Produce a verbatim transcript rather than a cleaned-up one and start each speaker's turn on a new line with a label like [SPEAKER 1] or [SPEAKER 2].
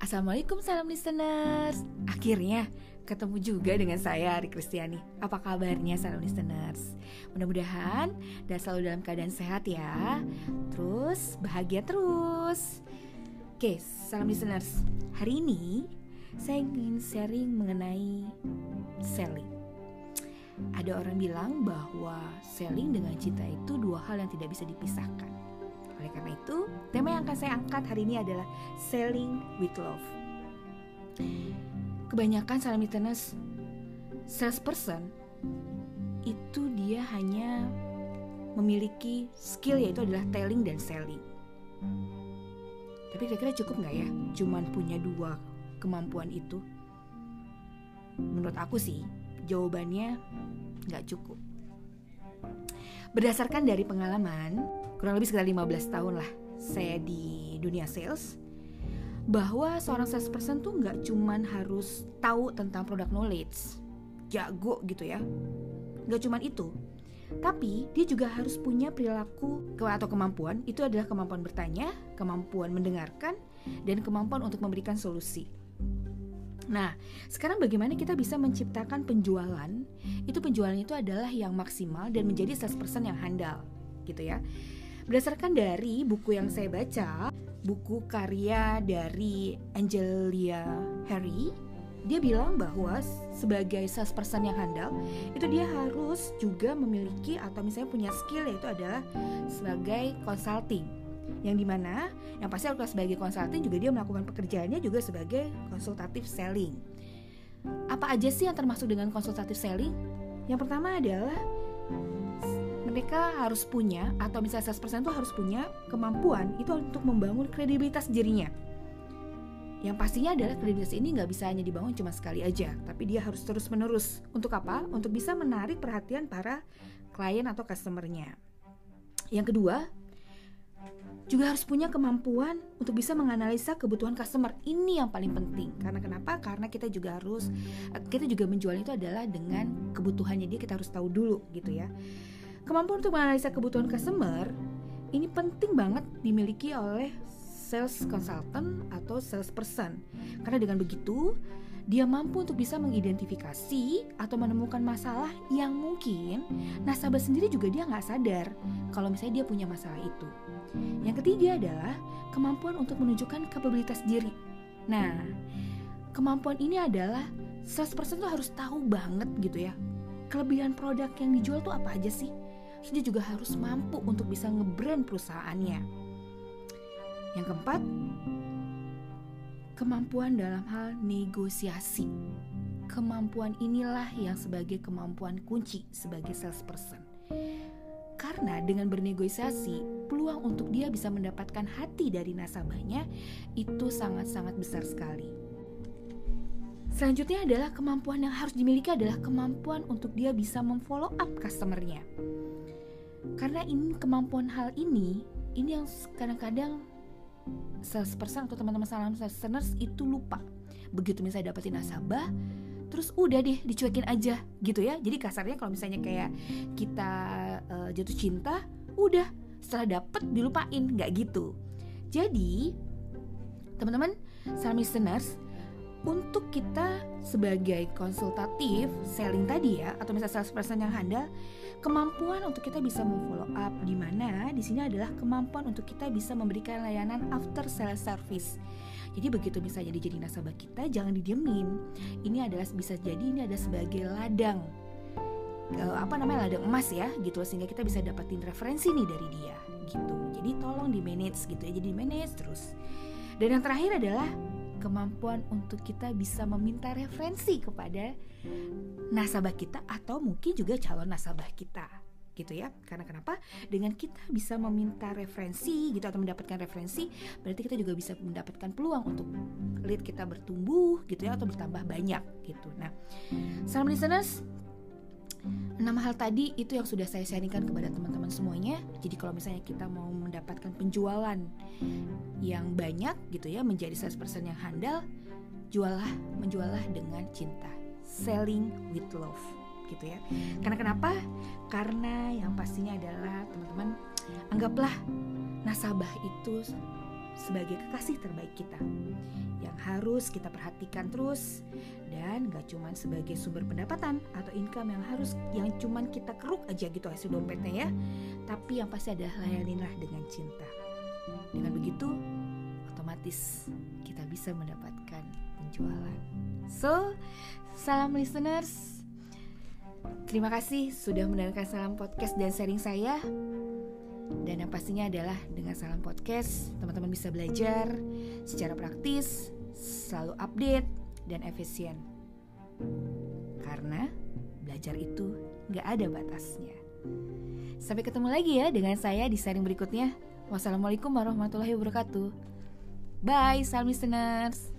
[SPEAKER 1] Assalamualaikum salam listeners. Akhirnya ketemu juga dengan saya Ari Kristiani. Apa kabarnya salam listeners? Mudah-mudahan dan selalu dalam keadaan sehat ya. Terus bahagia terus. Oke salam listeners, hari ini saya ingin sharing mengenai selling. Ada orang bilang bahwa selling dengan cinta itu dua hal yang tidak bisa dipisahkan. Oleh karena itu, tema yang akan saya angkat hari ini adalah Selling with Love. Kebanyakan salam listeners, salesperson itu dia hanya memiliki skill yaitu adalah telling dan selling. Tapi kira-kira cukup gak ya cuman punya dua kemampuan itu? Menurut aku sih, jawabannya gak cukup. Berdasarkan dari pengalaman, kurang lebih sekitar lima belas tahun lah saya di dunia sales, bahwa seorang salesperson tuh gak cuman harus tahu tentang product knowledge, jago gitu ya, gak cuman itu, tapi dia juga harus punya perilaku atau kemampuan. Itu adalah kemampuan bertanya, kemampuan mendengarkan, dan kemampuan untuk memberikan solusi. Nah, sekarang bagaimana kita bisa menciptakan penjualan? Itu penjualan itu adalah yang maksimal dan menjadi salesperson yang handal, gitu ya. Berdasarkan dari buku yang saya baca, buku karya dari Angelia Harry, dia bilang bahwa sebagai salesperson yang handal, itu dia harus juga memiliki atau misalnya punya skill yaitu adalah sebagai consulting. Yang dimana yang pasti kalau sebagai consulting juga dia melakukan pekerjaannya juga sebagai konsultatif selling. Apa aja sih yang termasuk dengan konsultatif selling? Yang pertama adalah mereka harus punya atau misalnya salesperson itu harus punya kemampuan itu untuk membangun kredibilitas dirinya. Yang pastinya adalah kredibilitas ini gak bisa hanya dibangun cuma sekali aja, tapi dia harus terus menerus. Untuk apa? Untuk bisa menarik perhatian para klien atau customer-nya. Yang kedua, juga harus punya kemampuan untuk bisa menganalisa kebutuhan customer. Ini yang paling penting. Karena kenapa? Karena kita juga harus kita juga menjual itu adalah dengan kebutuhannya dia, kita harus tahu dulu gitu ya. Kemampuan untuk menganalisa kebutuhan customer ini penting banget dimiliki oleh sales consultant atau salesperson. Karena dengan begitu dia mampu untuk bisa mengidentifikasi atau menemukan masalah yang mungkin nasabah sendiri juga dia gak sadar kalau misalnya dia punya masalah itu. Yang ketiga adalah kemampuan untuk menunjukkan kapabilitas diri. Nah, kemampuan ini adalah salesperson tuh harus tahu banget gitu ya, kelebihan produk yang dijual tuh apa aja sih. Terus dia juga harus mampu untuk bisa nge-brand perusahaannya. Yang keempat, kemampuan dalam hal negosiasi. Kemampuan inilah yang sebagai kemampuan kunci sebagai salesperson. Karena dengan bernegosiasi, peluang untuk dia bisa mendapatkan hati dari nasabahnya itu sangat-sangat besar sekali. Selanjutnya adalah kemampuan yang harus dimiliki adalah kemampuan untuk dia bisa memfollow up customer-nya. Karena ini kemampuan hal ini, ini yang kadang-kadang salesperson atau teman-teman salam listeners itu lupa. Begitu misalnya dapetin nasabah, terus udah deh dicuekin aja gitu ya. Jadi kasarnya kalau misalnya kayak kita uh, jatuh cinta, udah setelah dapet dilupain, nggak gitu. Jadi teman-teman salam listeners, untuk kita sebagai konsultatif selling tadi ya, atau misalnya salesperson yang handal, kemampuan untuk kita bisa memfollow up, di mana di sini adalah kemampuan untuk kita bisa memberikan layanan after sales service. Jadi begitu misalnya dia jadi nasabah kita, jangan didiemin. Ini adalah bisa jadi ini ada sebagai ladang uh, apa namanya ladang emas ya gitu, sehingga kita bisa dapetin referensi nih dari dia gitu. Jadi tolong di manage gitu ya, jadi di manage terus. Dan yang terakhir adalah kemampuan untuk kita bisa meminta referensi kepada nasabah kita atau mungkin juga calon nasabah kita gitu ya. Karena kenapa? Dengan kita bisa meminta referensi gitu atau mendapatkan referensi, berarti kita juga bisa mendapatkan peluang untuk lead kita bertumbuh gitu ya, atau bertambah banyak gitu. Nah, salam listeners, enam hal tadi itu yang sudah saya sharingkan kepada teman-teman semuanya. Jadi kalau misalnya kita mau mendapatkan penjualan yang banyak gitu ya, menjadi salesperson yang handal, jualah, menjualah dengan cinta. Selling with love gitu ya. Karena kenapa? Karena yang pastinya adalah teman-teman, anggaplah nasabah itu sebagai kekasih terbaik kita yang harus kita perhatikan terus, dan gak cuman sebagai sumber pendapatan atau income yang harus yang cuman kita keruk aja gitu hasil dompetnya ya, tapi yang pasti adalah layaninlah dengan cinta. Dengan begitu otomatis kita bisa mendapatkan penjualan. So, salam listeners, terima kasih sudah mendengarkan Salam Podcast dan sharing saya. Dan yang pastinya adalah dengan Salam Podcast teman-teman bisa belajar secara praktis, selalu update dan efisien. Karena belajar itu gak ada batasnya. Sampai ketemu lagi ya dengan saya di sharing berikutnya. Wassalamualaikum warahmatullahi wabarakatuh. Bye, salam listeners.